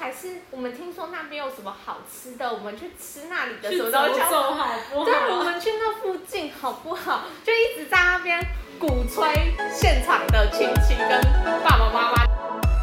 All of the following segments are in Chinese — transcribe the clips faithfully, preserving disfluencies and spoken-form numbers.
还是我们听说那边有什么好吃的，我们去吃那里的去时候， 走走好不好？ 对，我们去那附近好不好？就一直在那边鼓吹现场的亲戚跟爸爸妈妈。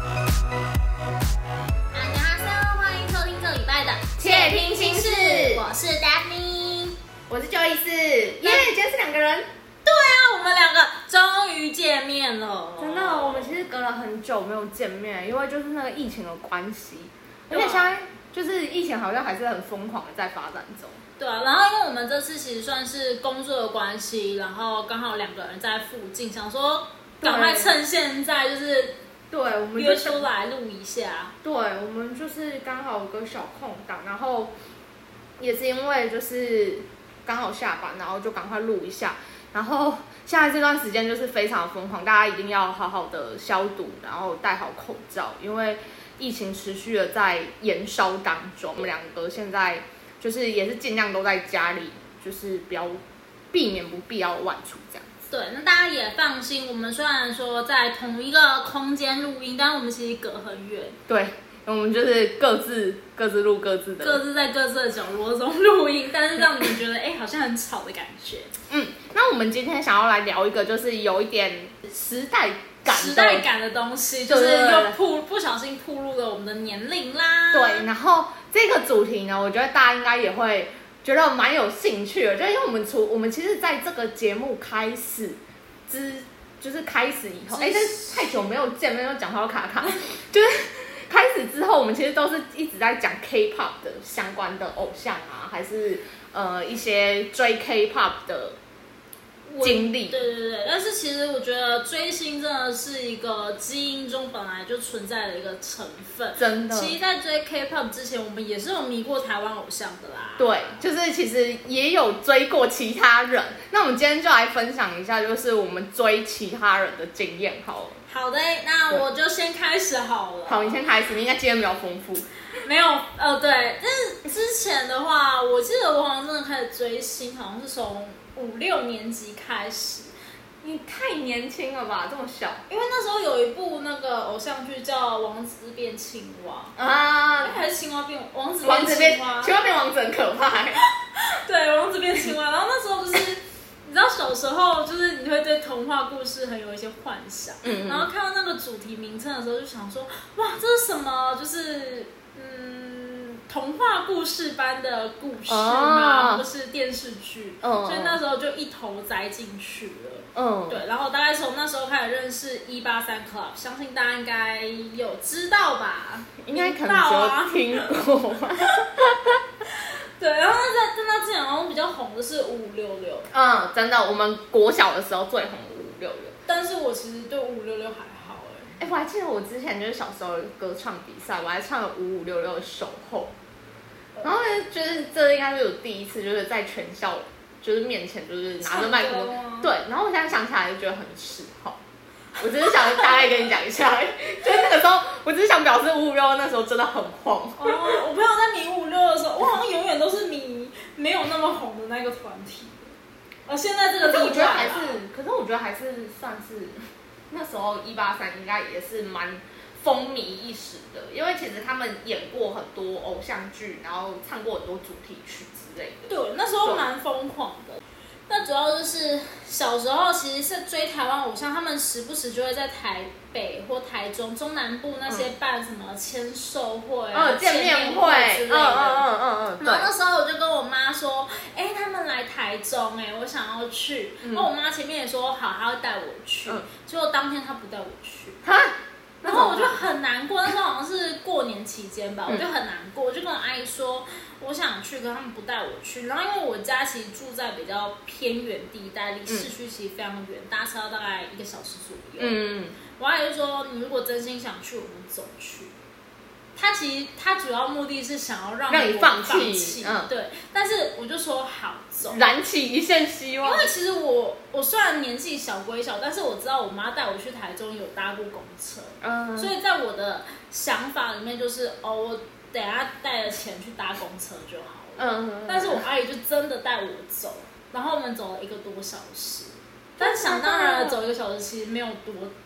안녕하세요，欢迎收听这礼拜的窃听心事， 我是 Daphne， 我是 Joyce， 耶，今天是两个人。 对啊，我们两个终于见面了。 真的，我们其实隔了很久没有见面，因为就是那个疫情的关系，而且现在就是疫情好像还是很疯狂的在发展中。 对啊，然后因为我们这次其实算是工作的关系，然后刚好两个人在附近，想说赶快趁现在就是对，我们约出来录一下。 对，我们就是刚好有个小空档，然后也是因为就是刚好下班，然后就赶快录一下。然后现在这段时间就是非常疯狂，大家一定要好好的消毒，然后戴好口罩，因为疫情持续的在延烧当中。我们两个现在就是也是尽量都在家里，就是不要避免不必要的外出这样子。 对，那大家也放心，我们虽然说在同一个空间录音，但是我们其实隔很远。 对。我们就是各自各自录各自的， 各自在各自的角落中录音，但是让你们觉得哎、欸，好像很吵的感觉。 嗯，那我们今天想要来聊一个，就是有一点时代感的时代感的东西，就是又铺不小心暴露了我们的年龄啦。 对，然后这个主题呢，我觉得大家应该也会觉得蛮有兴趣的，就因为我们除我们其实在这个节目开始之就是开始以后，哎，但是太久没有见面，又讲到卡卡，就是。开始之后，我们其实都是一直在讲 K-pop 的相关的偶像啊，还是呃一些追 K-pop 的经历。 对对对，但是其实我觉得追星真的是一个基因中本来就存在的一个成分。 真的。 其实，在追 K-pop 之前，我们也是有迷过台湾偶像的啦。 对，就是其实也有追过其他人。那我们今天就来分享一下，就是我们追其他人的经验好了。 好的，那我就先开始好了。 好，你先开始，你应该经验比较丰富。 没有，呃，对，但是之前的话，我记得我好像真的开始追星，好像是从五六年级开始。 你太年轻了吧，这么小？ 因为那时候有一部那个偶像剧叫《王子变青蛙》 啊， 还是青蛙变王子变青蛙？ 青蛙变王子很可怕。 对，王子变青蛙。然后那时候就是。你知道小时候就是你会对童话故事很有一些幻想，嗯嗯然后看到那个主题名称的时候就想说，哇，这是什么？就是嗯，童话故事般的故事吗？或、哦、是电视剧，哦、所以那时候就一头栽进去了。嗯，对，然后大概从那时候开始认识一八三 Club， 相信大家应该有知道吧？ 应该可能有听过。 对，然后在在那之前好像比较红的是五五六六。 嗯，真的，我们国小的时候最红的五五六六。 但是我其实对五五六六还好哎、 欸。哎，我还记得我之前就是小时候有歌唱比赛，我还唱了五五六六的守候。然后呢，就是这应该是我第一次，就是在全校就是面前就是拿着麦克风。对，然后我现在想起来就觉得很时髦。我只是想大概跟你讲一下，就是那个时候，我只是想表示五五六那时候真的很红。 哦，我朋友在迷五五六的时候，我好像永远都是迷没有那么红的那个团体。而现在这个地方， 我觉得还是，可是我觉得还是算是那时候一八三应该也是蛮风靡一时的，因为其实他们演过很多偶像剧，然后唱过很多主题曲之类的。 对，那时候蛮疯狂的。那主要就是小时候其实是追台湾偶像，他们时不时就会在台北或台中、中南部那些办什么签售会啊、 嗯、见面会之类的。嗯嗯嗯嗯嗯。 然后那时候我就跟我妈说：“哎、欸，他们来台中、欸，哎，我想要去。嗯”然后我妈前面也说好，她要带我去。嗯、结果当天她不带我去。哈。然后我就很难过，那时候好像是过年期间吧，嗯、我就很难过，我就跟我阿姨说，我想去，可是他们不带我去。然后因为我家其实住在比较偏远地带，离市区其实非常远，搭车要大概一个小时左右。嗯，我阿姨就说，你如果真心想去，我们走去。他其实他主要目的是想要让让你放弃，嗯，对。但是我就说好走， 燃起一线希望。 因为其实我我虽然年纪小归小，但是我知道我妈带我去台中有搭过公车，嗯，所以在我的想法里面就是哦，我等一下带着钱去搭公车就好了，嗯。但是我阿姨就真的带我走，然后我们走了一个多小时，但想当然了，走一个小时其实没有多。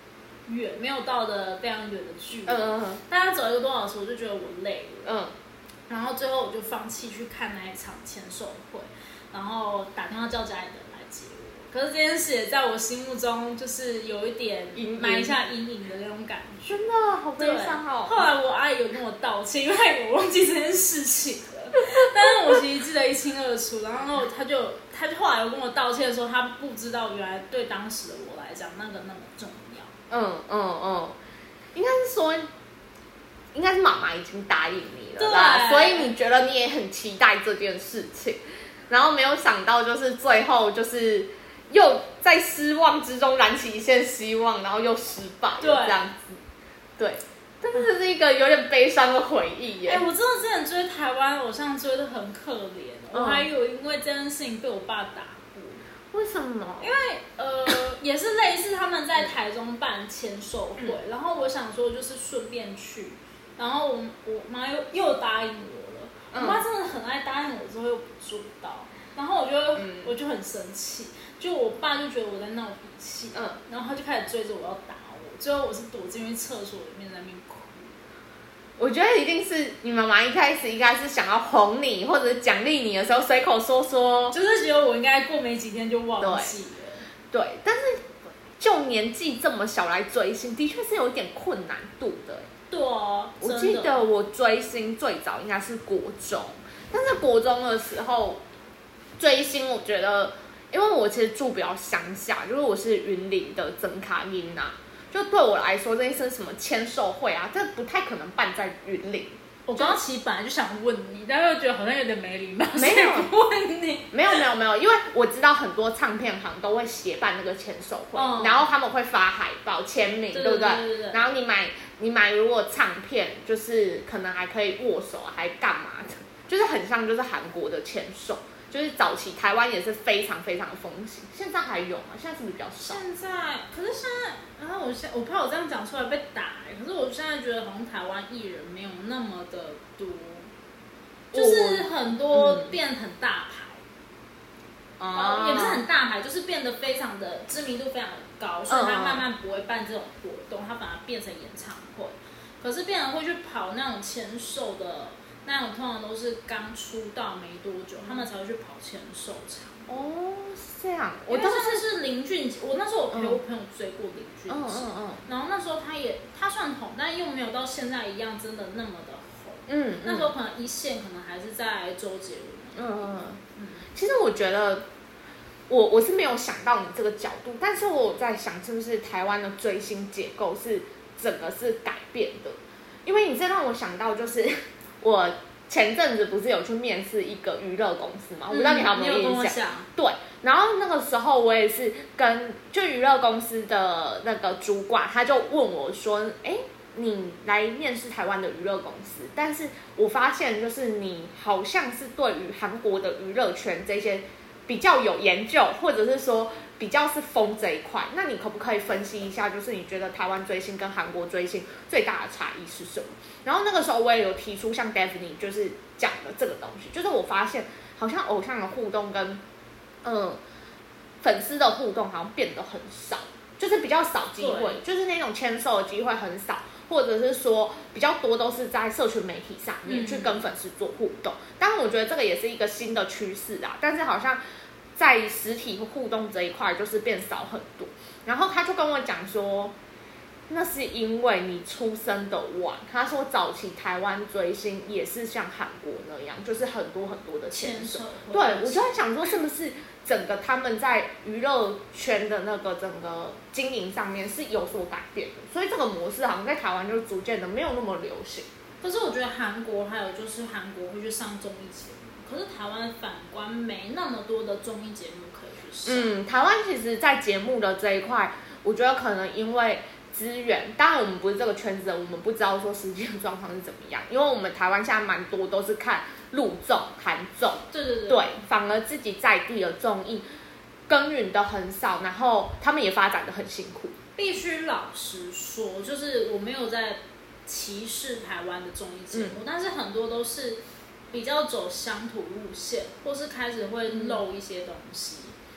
远，没有到的非常远的距离。 嗯嗯。 大概走一个多小时，我就觉得我累了。 嗯。 然后最后我就放弃去看那一场签售会，然后打电话叫家里人来接我。可是这件事也在我心目中就是有一点埋下阴影的那种感觉。 真的好悲伤哦。 后来我阿姨有跟我道歉，因为我忘记这件事情了，但是我其实记得一清二楚。然后他就他就后来有跟我道歉的时候，他不知道原来对当时的我来讲那个那么重要。 嗯嗯嗯，应该是说。应该是妈妈已经答应你了啦，所以你觉得你也很期待这件事情，然后没有想到就是最后就是又在失望之中燃起一线希望，然后又失败了这样子，对，但是这是一个有点悲伤的回忆耶。 哎、欸，我真的之前追台湾偶像追得很可怜、嗯，我还有因为这件事情被我爸打过。 为什么？ 因为呃，也是类似他们在台中办签售会、嗯，然后我想说就是顺便去。然后我我妈又又答应我了，我妈真的很爱答应我之后又不做到，然后我就、嗯、我就很生气，就我爸就觉得我在闹脾气，嗯，然后他就开始追着我要打我，最后我是躲进去厕所里面在那边哭。 我觉得一定是你妈妈一开始应该是想要哄你或者奖励你的时候随口说说， 就是觉得我应该过没几天就忘记了。 对，对，但是就年纪这么小来追星，的确是有一点困难度的。 对啊， 我记得我追星最早应该是国中，但是国中的时候追星，我觉得，因为我其实住比较乡下，就是我是云林的曾卡因呐，就对我来说，这一些什么签售会啊，这不太可能办在云林。 我刚刚其实本来就想问你，但又觉得好像有点没礼貌， 没有问你， 没有没有没有，因为我知道很多唱片行都会协办那个签售会、嗯，然后他们会发海报签名，对不对？ 对对对。 然后你买你买如果唱片，就是可能还可以握手，还干嘛的，就是很像就是韩国的签售。就是早期台湾也是非常非常的风行，现在还有吗？现在是不是比较少？ 现在，可是现在，然后我现我怕我这样讲出来被打、欸，可是我现在觉得好像台湾艺人没有那么的多，就是很多变很大牌，哦、嗯，也不是很大牌，就是变得非常的知名度非常的高，所以他慢慢不会办这种活动，他反而变成演唱会，可是变成会去跑那种签售的。那种通常都是刚出道没多久，他们才会去跑签售场。 哦，是这样。 我当时是林俊杰，我那时候我陪我朋友追过林俊杰，嗯嗯嗯，然后那时候他也他算红，但又没有到现在一样真的那么的红。嗯，那时候可能一线可能还是在周杰伦。嗯嗯嗯。其实我觉得我我是没有想到你这个角度，但是我在想是不是台湾的追星结构是整个是改变的，因为你这让我想到就是。我前阵子不是有去面试一个娱乐公司嘛、嗯，我不知道你还有没有印象？对，然后那个时候我也是跟就娱乐公司的那个主管，他就问我说：“哎，你来面试台湾的娱乐公司，但是我发现就是你好像是对于韩国的娱乐圈这些比较有研究，或者是说比较是疯这一块，那你可不可以分析一下，就是你觉得台湾追星跟韩国追星最大的差异是什么？”然后那个时候我也有提出像 Daphne 就是讲的这个东西，就是我发现好像偶像的互动跟嗯粉丝的互动好像变得很少，就是比较少机会，就是那种签售的机会很少，或者是说比较多都是在社群媒体上面去跟粉丝做互动。当然我觉得这个也是一个新的趋势啊，但是好像在实体互动这一块就是变少很多。然后他就跟我讲说，那是因为你出生的晚。他说早期台湾追星也是像韩国那样，就是很多很多的签售。对，我就在想说，是不是整个他们在娱乐圈的那个整个经营上面是有所改变的，所以这个模式好像在台湾就逐渐的没有那么流行。 可是我觉得韩国还有就是韩国会去上综艺节目，可是台湾反观没那么多的综艺节目可以去上。 嗯，台湾其实在节目的这一块，我觉得可能因为资源，当然我们不是这个圈子的，我们不知道说实际的状况是怎么样，因为我们台湾现在蛮多都是看陆综、韩综， 对对对， 对，反而自己在地的综艺耕耘的很少，然后他们也发展的很辛苦。 必须老实说，就是我没有在歧视台湾的综艺节目、嗯，但是很多都是比较走乡土路线，或是开始会漏一些东西。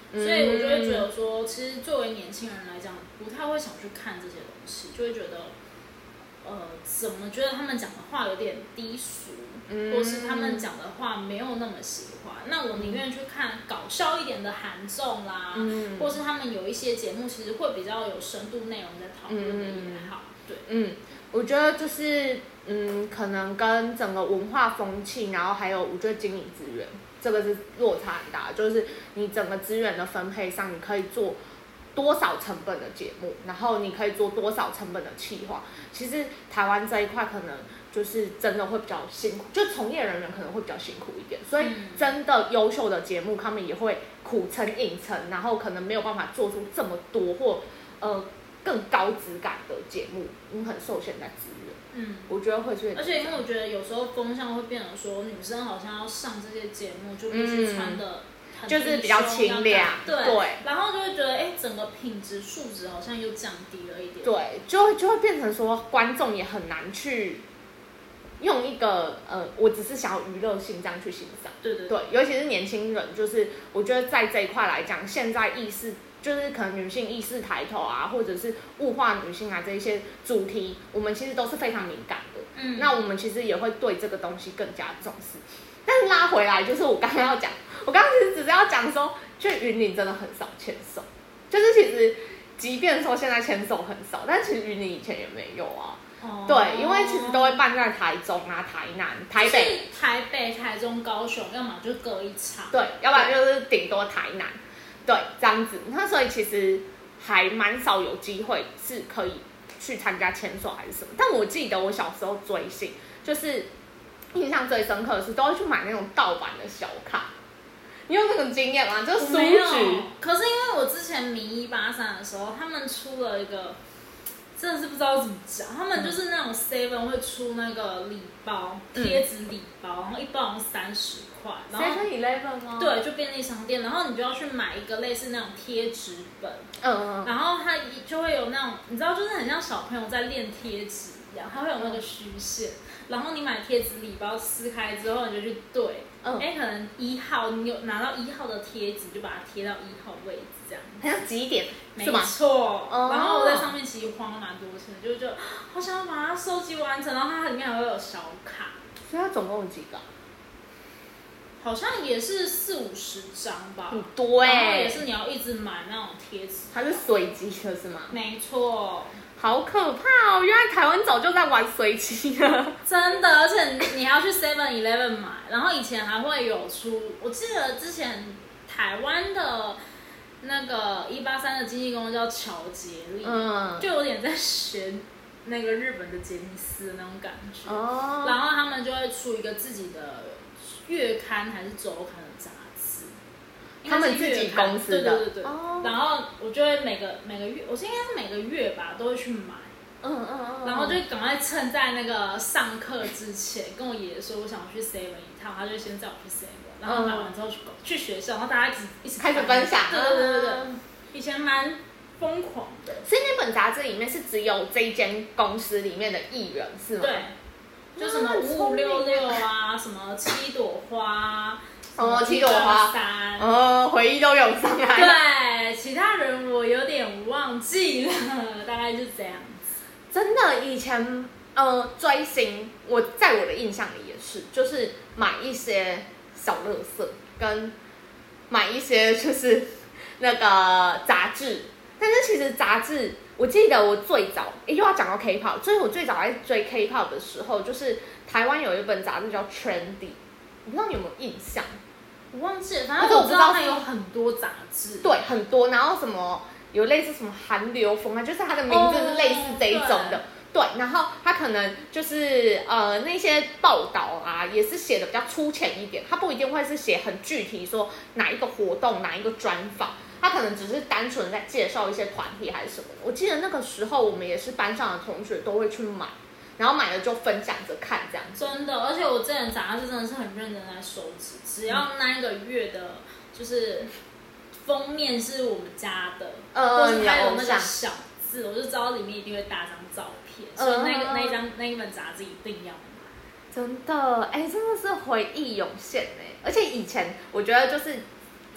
所以我就会觉得说，其实作为年轻人来讲，不太会想去看这些东西，就会觉得，呃，怎么觉得他们讲的话有点低俗，嗯、或是他们讲的话没有那么喜欢。那我宁愿去看搞笑一点的韩综啦，嗯、或是他们有一些节目其实会比较有深度内容在讨论的也好，对， 嗯，我觉得就是。嗯，可能跟整个文化风气，然后还有我觉得经营资源，这个是落差很大。就是你整个资源的分配上，你可以做多少成本的节目，然后你可以做多少成本的企划。其实台湾这一块可能就是真的会比较辛苦，就从业人员可能会比较辛苦一点。所以真的优秀的节目，他们也会苦撑硬撑，然后可能没有办法做出这么多或呃更高质感的节目，因为很受限在资源。嗯，我觉得会是， 而且因为我觉得有时候风向会变成说，女生好像要上这些节目就必须穿的、 嗯，就是比较清凉， 对， 对， 然后就会觉得，哎，整个品质素质好像又降低了一点， 对，就会就会变成说，观众也很难去用一个呃，我只是想要娱乐性这样去欣赏， 对对对, 对，尤其是年轻人，就是我觉得在这一块来讲，现在意识。就是可能女性意识抬头啊，或者是物化女性啊这一些主题，我们其实都是非常敏感的。嗯，那我们其实也会对这个东西更加重视。但是拉回来，就是我刚刚要讲，我刚刚其实只是要讲说，去云林真的很少牵手。就是其实，即便说现在牵手很少，但其实云林以前也没有啊。哦。对，因为其实都会办在台中啊、台南、台北、 台北、台中、高雄，要么就各一场。 对，要不然就是顶多台南。对，这样子，那所以其实还蛮少有机会是可以去参加签售还是什么。但我记得我小时候追星，就是印象最深刻的是都会去买那种盗版的小卡。你有那种经验吗？就是书局。 可是因为我之前迷一八三的时候，他们出了一个，真的是不知道怎么讲，他们就是那种 seven 会出那个礼包，贴纸礼包，然后一包好像三十。 seven eleven 吗？ 对，就便利商店，然后你就要去买一个类似那种贴纸本，嗯嗯，然后它就会有那种，你知道，就是很像小朋友在练贴纸一样，它会有那个虚线，然后你买贴纸礼包撕开之后，你就去对，嗯，哎，可能一号你有拿到一号的贴纸，就把它贴到一号位置这样， 好像几点？ 没错，哦，然后我在上面其实花了蛮多钱，就就好想要把它收集完成，然后它里面还会有小卡， 所以它总共有几个？ 好像也是四五十张吧， 很多哎、欸， 然后也是你要一直买那种贴纸， 它是随机的是吗？ 没错， 好可怕哦！原来台湾早就在玩随机了， 真的，而且你还要去 seven eleven 买，然后以前还会有出，我记得之前台湾的那个一八三的经纪公司叫乔杰利，嗯，就有点在学那个日本的杰尼斯的那种感觉，哦，然后他们就会出一个自己的月刊还是周刊的杂志， 他们自己公司的， 对对对对。哦、然后我就会每个每个月，我应该是每个月吧，都会去买。嗯嗯嗯。然后就赶快趁在那个上课之前，跟我爷爷说我想要去 seven 一趟，他就先载我去 seven， 然后买完之后去、嗯、去学校，然后大家一起一起开始分享。 对对对对对。嗯、以前蛮疯狂的。 所以那本杂志里面是只有这一间公司里面的艺人是吗？ 对。就什么五五六六啊，什么七朵花， 哦，七朵花三， 哦，回忆都涌上来。 对，其他人我有点忘记了，大概就这样子。 真的，以前呃追星，我在我的印象里也是，就是买一些小垃圾，跟买一些就是那个杂志，但是其实杂志。我记得我最早，诶又要讲到 K-pop， 所以我最早在追 K-pop 的时候，就是台湾有一本杂志叫 Trendy， 我不知道你有没有印象？ 我忘记了，反正我知道它有很多杂志， 对，很多，然后什么有类似什么韩流风啊，就是它的名字是类似这一种的，哦、对, 对，然后它可能就是呃那些报道啊，也是写的比较粗浅一点，它不一定会是写很具体说哪一个活动哪一个专访。他可能只是单纯在介绍一些团体还是什么的。我记得那个时候我们也是班上的同学都会去买，然后买了就分享着看这样子。 真的，而且我之前杂志真的是很认真在收集，只要那一个月的，就是封面是我们家的，呃、或是它有那个小字，我就知道里面一定会搭张照片，呃、所以那个那一张那一本杂志一定要买。 真的，哎，真的是回忆涌现哎！而且以前我觉得就是。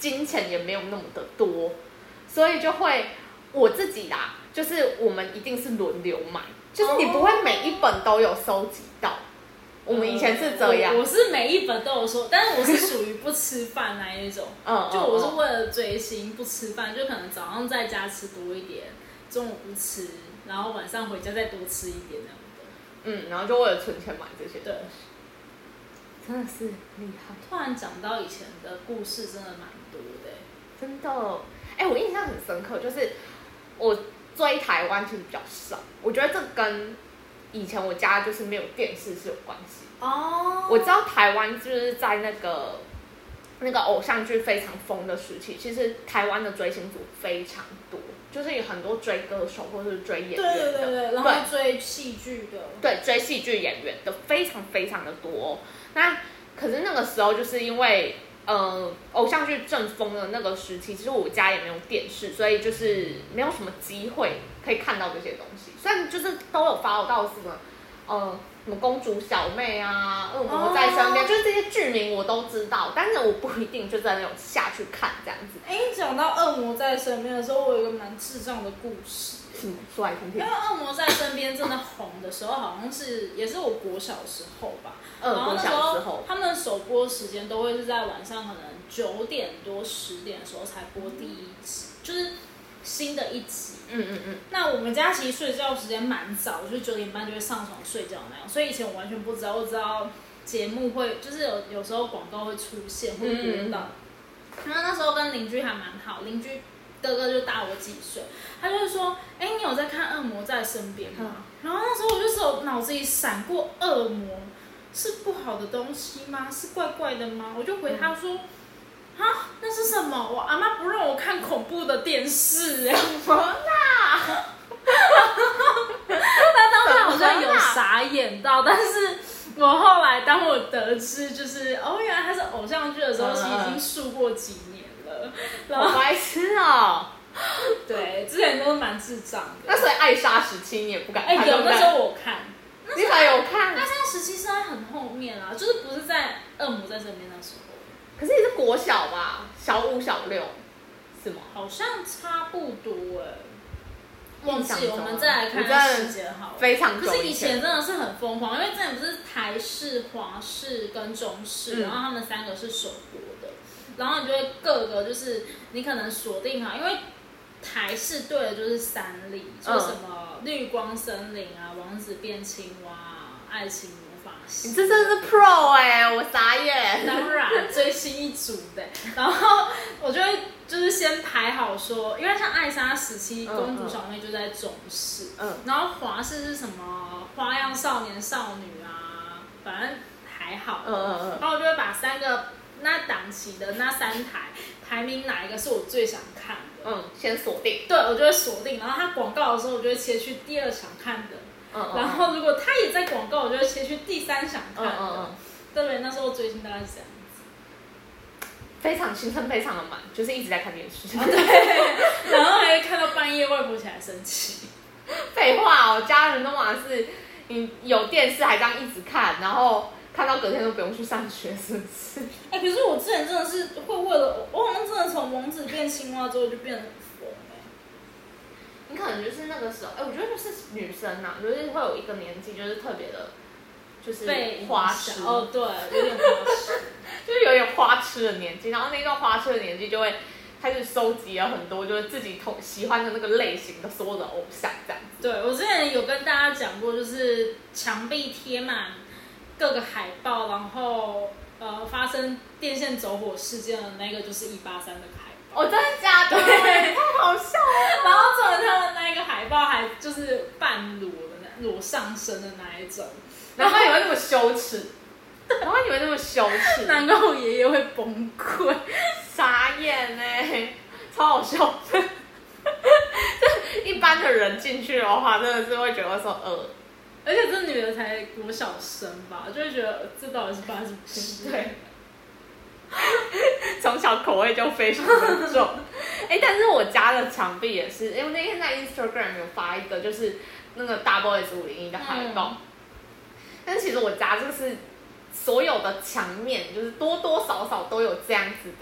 金钱也没有那么的多，所以就会我自己啦，就是我们一定是轮流买，就是你不会每一本都有收集到。我们以前是这样， 呃、我, 我是每一本都有收，但是我是属于不吃饭那一种，嗯，就我是为了追星不吃饭，就可能早上在家吃多一点，中午不吃，然后晚上回家再多吃一点那样的。 嗯，然后就为了存钱买这些东西，真的是厉害。 突然讲到以前的故事，真的蛮多的， 真的。哎、欸，我印象很深刻，就是我追台湾其实比较少，我觉得这跟以前我家就是没有电视是有关系哦。我知道台湾就是在那个那个偶像剧非常疯的时期，其实台湾的追星族非常多，就是有很多追歌手或者是追演员的， 对对对对，然后追戏剧的， 对，追戏剧演员的非常非常的多。那可是那个时候就是因为呃偶像剧正疯的那个时期，其实我家也没有电视，所以就是没有什么机会可以看到这些东西。虽然就是都有发到什么呃什么公主小妹啊、恶魔在身边， oh. 就是这些剧名我都知道，但是我不一定就真的有下去看这样子。 哎，讲到恶魔在身边的时候，我有一个蛮智障的故事。 什么？说来听听。 因为恶魔在身边真的红的时候，好像是也是我国小时候吧。 嗯， 然后那时候他们首播时间都会是在晚上，可能九点多十点的时候才播第一集，就是新的一集。 嗯嗯嗯。 那我们家其实睡觉时间蛮早，就是九点半就会上床睡觉那样，所以以前我完全不知道，我知道节目会就是有有时候广告会出现会播到。然后那时候跟邻居还蛮好，邻居哥哥就大我几岁，他就会说：“哎、欸，你有在看《恶魔在身边》吗？”嗯、然后那时候我就只有脑子里闪过恶魔是不好的东西吗？是怪怪的吗？我就回他说。嗯啊，那是什么？我阿妈不让我看恐怖的电视，哎， 什么啦？ 他当时好像有傻眼到，但是我后来当我得知，就是哦，原来他是偶像剧的时候，其实已经数过几年了。 好白痴哦！ 对，之前都是蛮智障的。 那所以艾莎时期你也不敢看？ 哎、欸，有那时候我看， 你还有看？ 艾莎时期是在很后面啊，就是不是在恶魔在身边那时候。 可是你是国小吧？小五、小六是吗？ 好像差不多哎、欸，忘记我们再来看时间好了。 非常久以前。 可是以前真的是很疯狂，因为之前不是台视、华视跟中视，嗯、然后他们三个是首播的，然后你就会各个就是你可能锁定好，因为台视对的就是三立，就什么绿光森林啊、王子变青蛙、爱情。 你这真是 pro 哎、欸，我傻眼。 当然，最新一组的，然后我就会就是先排好说，因为像艾莎时期，公主小妹就在中视，嗯，然后华视是什么花样少年少女啊，反正还好，嗯嗯嗯，然后我就会把三个那档期的那三台排名哪一个是我最想看的， 嗯，先锁定， 对我就会锁定，然后它广告的时候，我就会切去第二想看的。嗯、然后如果他也在广告，我就会切去第三想看的。嗯嗯嗯对对，那时候追星大概是这样子， 非常青春，非常的满，就是一直在看电视。 哦、对，然后还会看到半夜外婆起来生气。 废话哦，家人都嘛是，你有电视还这样一直看，然后看到隔天都不用去上学，是不是？ 哎、欸，可是我之前真的是会为了，我好像真的从王子变青蛙之后就变得很疯哎。 你可能就是那个时候，哎、欸，我觉得就是女生呐、啊，就是会有一个年纪，就是特别的，就是花痴哦，对，有点花痴， 就是有点花痴的年纪。然后那段花痴的年纪，就会开始收集了很多，就是自己同喜欢的那个类型的所有的偶像这样子。 对，我之前有跟大家讲过，就是墙壁贴满各个海报，然后呃发生电线走火事件的那个就是一八三的海报。 哦，真的假的？对，太好笑了。 然后重点他们那一个海报还就是半裸的那裸上身的那一种， 难怪你会那么羞耻，难怪你会那么羞耻， 难怪我爷爷会崩溃， 傻眼哎，超好笑。一般的人进去的话，真的是会觉得说呃， 而且这女的才国小生吧，就会觉得这到底是发生什么事？ 对。从小口味就非常的重，哎、欸，但是我家的墙壁也是，因为那天在 Instagram 有发一个就是那个 Double S 五零一的海报，嗯、但是其实我家就是所有的墙面就是多多少少都有这样子的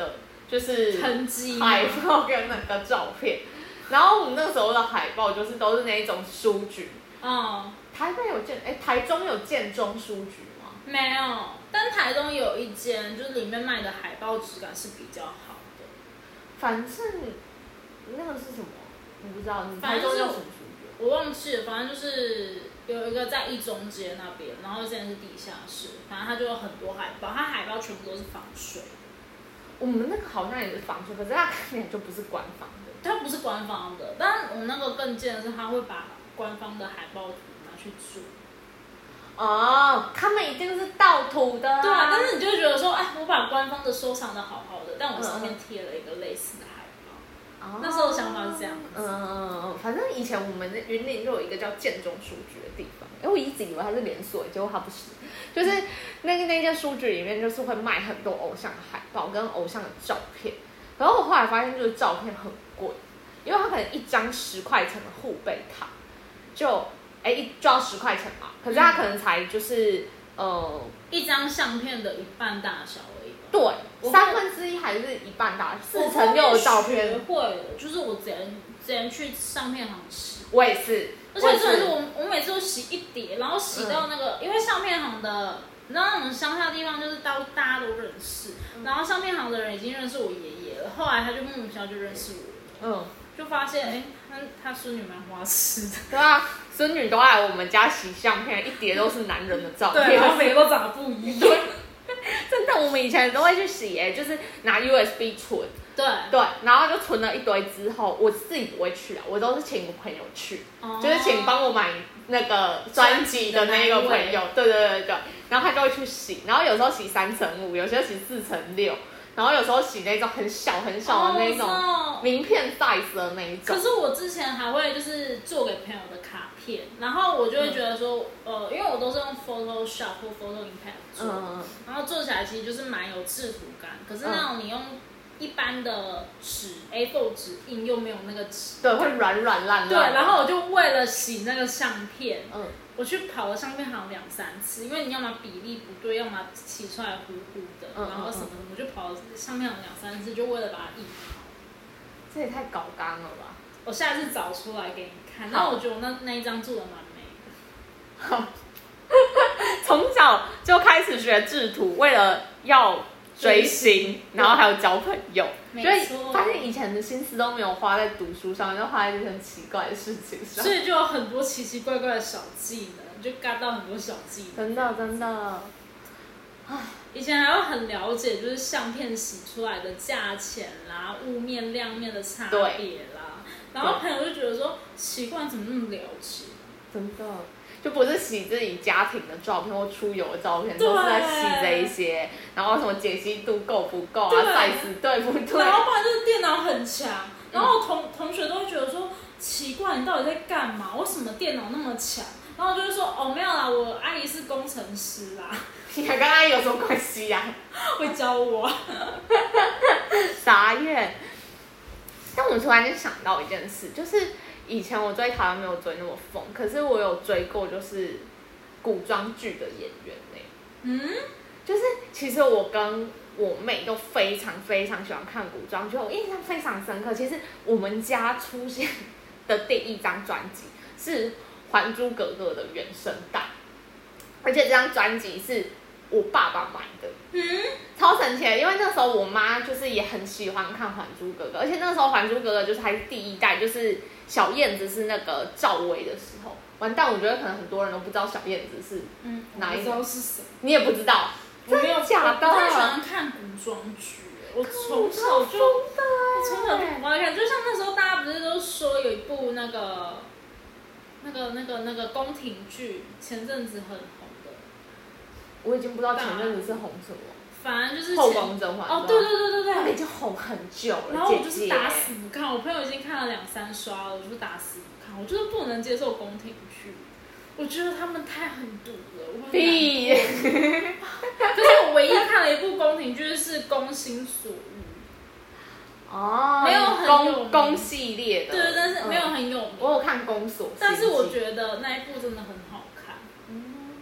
就是痕迹海报跟那个照片。然后我们那时候的海报就是都是那一种书局。 嗯， 台北有建，哎，台中有建中书局吗？ 没有，但台东有一间，就是里面卖的海报质感是比较好的。 反正那个是什么？我不知道。你台中有什么书局？ 我忘记了，反正就是有一个在一中街那边，然后现在是地下室，反正它就有很多海报，它海报全部都是防水。 我们那个好像也是防水，可是它看起来就不是官方的。 它不是官方的，但我们那个更贱的是，他会把官方的海报图拿去做。 哦，他们一定是盗图的、啊。 对啊，但是你就会觉得说，哎，我把官方的收藏的好好的，但我上面贴了一个类似的海报。哦、那时候的想法是这样子。 嗯，反正以前我们云林就有一个叫建中书局的地方，哎，我一直以为它是连锁，结果它不是，就是那个那间书局里面就是会卖很多偶像的海报跟偶像的照片。然后我后来发现，就是照片很贵，因为它可能一张十块钱的护贝卡，就哎一就要十块钱嘛，可是它可能才就是、嗯、呃一张相片的一半大小而已。 对，三分之一还是一半大，四乘六的照片。 学会了，就是我之前之前去相片行洗， 我也是， 而且真的是我我每次都洗一叠，然后洗到那个，嗯、因为相片行的。你知道那种乡下地方就是到大家都认识，嗯、然后相片行的人已经认识我爷爷了，后来他就莫名其妙就认识我了，嗯，就发现哎，他他孙女蛮花痴的， 对啊，孙女都来我们家洗相片，一叠都是男人的照片， 对，然后每个都长得不一样， 真的，我们以前都会去洗哎，就是拿 U S B 存， 对对，然后就存了一堆之后，我自己不会去啊，我都是请我朋友去，哦、就是请帮我买那个专辑的那个朋友，对对对对。然后他就会去洗，然后有时候洗三乘五，有时候洗四乘六，然后有时候洗那种很小很小的那种名片 size 的那一种。 可是我之前还会就是做给朋友的卡片，然后我就会觉得说，嗯、呃，因为我都是用 Photoshop 或 Photo Impact 做，嗯、然后做起来其实就是蛮有制图感。可是那种你用一般的纸 A 四 纸印又没有那个纸， 对，会软软烂烂。 对，然后我就为了洗那个相片，嗯。我去跑了相片行两三次，因为你要么比例不对，要么洗出来糊糊的，嗯、然后什么什么，我就跑了相片行两三次，就为了把它印好。 这也太搞纲了吧！ 我下次找出来给你看。然后我觉得我那那一张做的蛮美的。 好，从小就开始学制图，为了要追星，然后还有交朋友，所以发现以前的心思都没有花在读书上，就花在这些很奇怪的事情上， 所以就有很多奇奇怪怪的小技能，就嘎到很多小技能。 真的真的， 以前还会很了解，就是相片洗出来的价钱啦、雾面亮面的差别啦，然后朋友就觉得说，奇怪，怎么那么了解？ 真的。就不是洗自己家庭的照片或出游的照片，都是在洗这一些，然后什么解析度够不够啊，size 对不对？ 然后不然就是电脑很强，然后同、嗯、同学都会觉得说，奇怪，你到底在干嘛？为什么电脑那么强？然后就会说，哦，没有啦，我阿姨是工程师啦。 你还跟阿姨有什么关系呀、 啊？会教我。 傻眼。但我突然间想到一件事，就是。以前我追台湾没有追那么疯，可是我有追过就是古装剧的演员呢、欸。嗯，就是其实我跟我妹都非常非常喜欢看古装剧，我印象非常深刻。其实我们家出现的第一张专辑是《还珠格格》的原声带，而且这张专辑是我爸爸买的，嗯，超神奇的。因为那时候我妈就是也很喜欢看《还珠格格》，而且那时候《还珠格格》就是还是第一代，就是小燕子是那个赵薇的时候。完蛋，我觉得可能很多人都不知道小燕子是哪一个， 嗯、我不知道是谁， 你也不知道， 我没有假的。 我太喜欢看古装剧，我从小就，我从小就很爱看。就像那时候大家不是都说有一部那个、那个、那个、那个宫廷剧，前阵子很。 我已经不知道前阵子是红什么， 反正就是后宫甄嬛传。 哦，对对对对对， 那已经红很久了。 然后我就是打死不看，我朋友已经看了两三刷了，我就是打死不看，我就是不能接受宫廷剧，我觉得他们太狠毒了，我会屁。 可是我唯一看了一部宫廷剧是《宫心所欲》。 哦， 没有很有名宫系列的， 对，但是没有很有名。 我有看宫锁， 但是我觉得那一部真的很好看。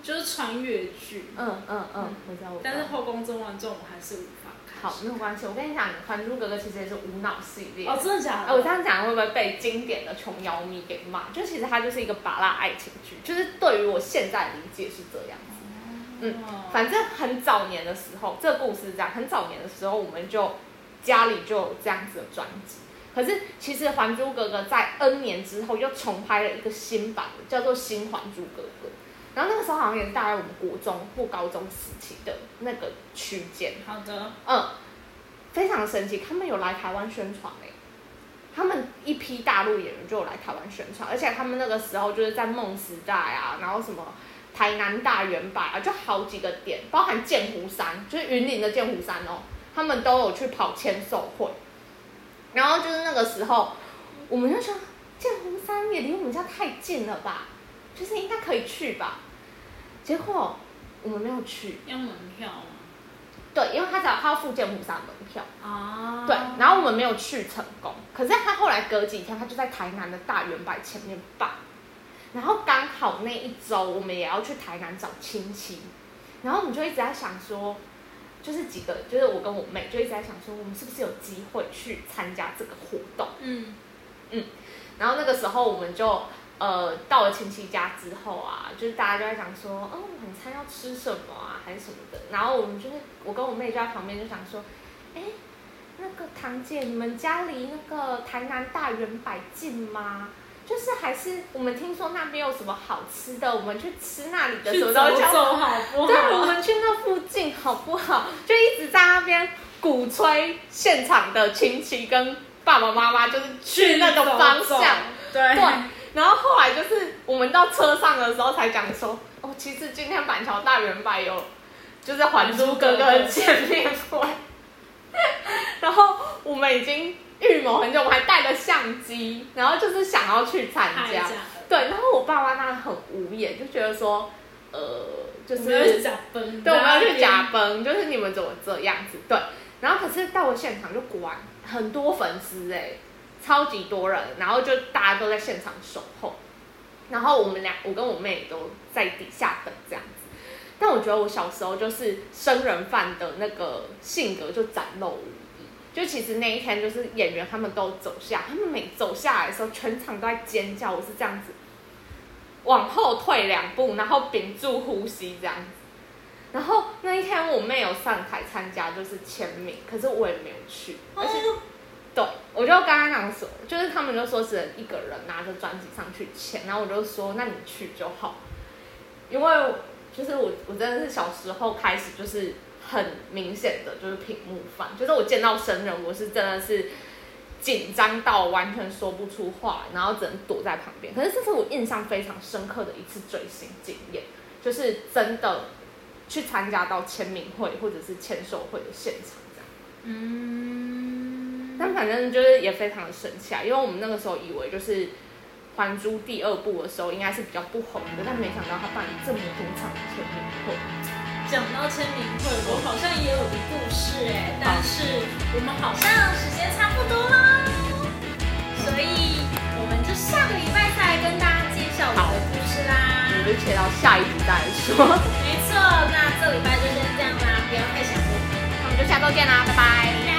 就是穿越剧。 嗯嗯嗯，我知道我知道。 但是《后宫甄嬛传》我还是无法看。 好，没有关系。我跟你讲，《还珠格格》其实也是无脑系列。 哦，真的假的？ 哎，我这样讲会不会被经典的琼瑶迷给骂？就其实它就是一个芭乐爱情剧，就是对于我现在理解是这样子。嗯，反正很早年的时候，这个故事是这样，很早年的时候我们就家里就有这样子的专辑。可是其实《还珠格格》在 N 年之后又重拍了一个新版的，叫做《新还珠格格》。然后那个时候好像也是大概我们国中或高中时期的那个区间。 好的。 嗯，非常神奇，他们有来台湾宣传诶、欸，他们一批大陆演员就有来台湾宣传，而且他们那个时候就是在梦时代啊，然后什么台南大圆柏啊，就好几个点，包含剑湖山，就是云林的剑湖山哦，他们都有去跑签售会。然后就是那个时候，我们就说剑湖山也离我们家太近了吧，就是应该可以去吧。结果我们没有去。 要门票吗？ 对，因为他找他要付剑湖山门票。 啊。 对，然后我们没有去成功。可是他后来隔几天，他就在台南的大圆柏前面办。然后刚好那一周，我们也要去台南找亲戚。然后我们就一直在想说，就是几个，就是我跟我妹就一直在想说，我们是不是有机会去参加这个活动？嗯嗯。然后那个时候我们就。呃，到了亲戚家之后啊，就是大家就在讲说，哦，晚餐要吃什么啊，还是什么的。然后我们就是我跟我妹就在旁边就想说，哎，那个堂姐，你们家离那个台南大圆柏近吗？就是还是我们听说那边有什么好吃的，我们去吃那里的什么走走好不好？ 对，我们去那附近好不好？就一直在那边鼓吹现场的亲戚跟爸爸妈妈就是去那个方向， 对。 对然后后来就是我们到车上的时候才讲说，哦，其实今天板桥大圆柏有，就是《还珠格格》的见面会，然后我们已经预谋很久，我们还带了相机，然后就是想要去参加，对，然后我爸妈当然很无言，就觉得说，呃，就是假崩， 对，我们要去假崩，就是你们怎么这样子，对，然后可是到了现场就果然很多粉丝哎、欸。超级多人，然后就大家都在现场守候，然后我们俩，我跟我妹都在底下等这样子。但我觉得我小时候就是生人犯的那个性格就展露无遗。就其实那一天就是演员他们都走下，他们每走下来的时候，全场都在尖叫。我是这样子，往后退两步，然后屏住呼吸这样子。然后那一天我妹有上台参加，就是签名，可是我也没有去，而且。对，我就跟他讲说，就是他们就说只能一个人拿着专辑上去签，然后我就说那你去就好，因为就是我我真的是小时候开始就是很明显的就是屏幕犯，就是我见到生人我是真的是紧张到完全说不出话，然后只能躲在旁边。可是这是我印象非常深刻的一次追星经验，就是真的去参加到签名会或者是签售会的现场这样。嗯。但反正就是也非常的神奇啊，因为我们那个时候以为就是《还珠》第二部的时候应该是比较不红的，但没想到他办了这么多场签名会。 讲到签名会，我好像也有个故事哎、欸，但是我们好像时间差不多了，所以我们就下个礼拜再来跟大家介绍我的故事啦。 我们就切到下一集再来说。 没错，那这礼拜就先这样啦，不要太想我。 那我们就下周见啦，拜拜。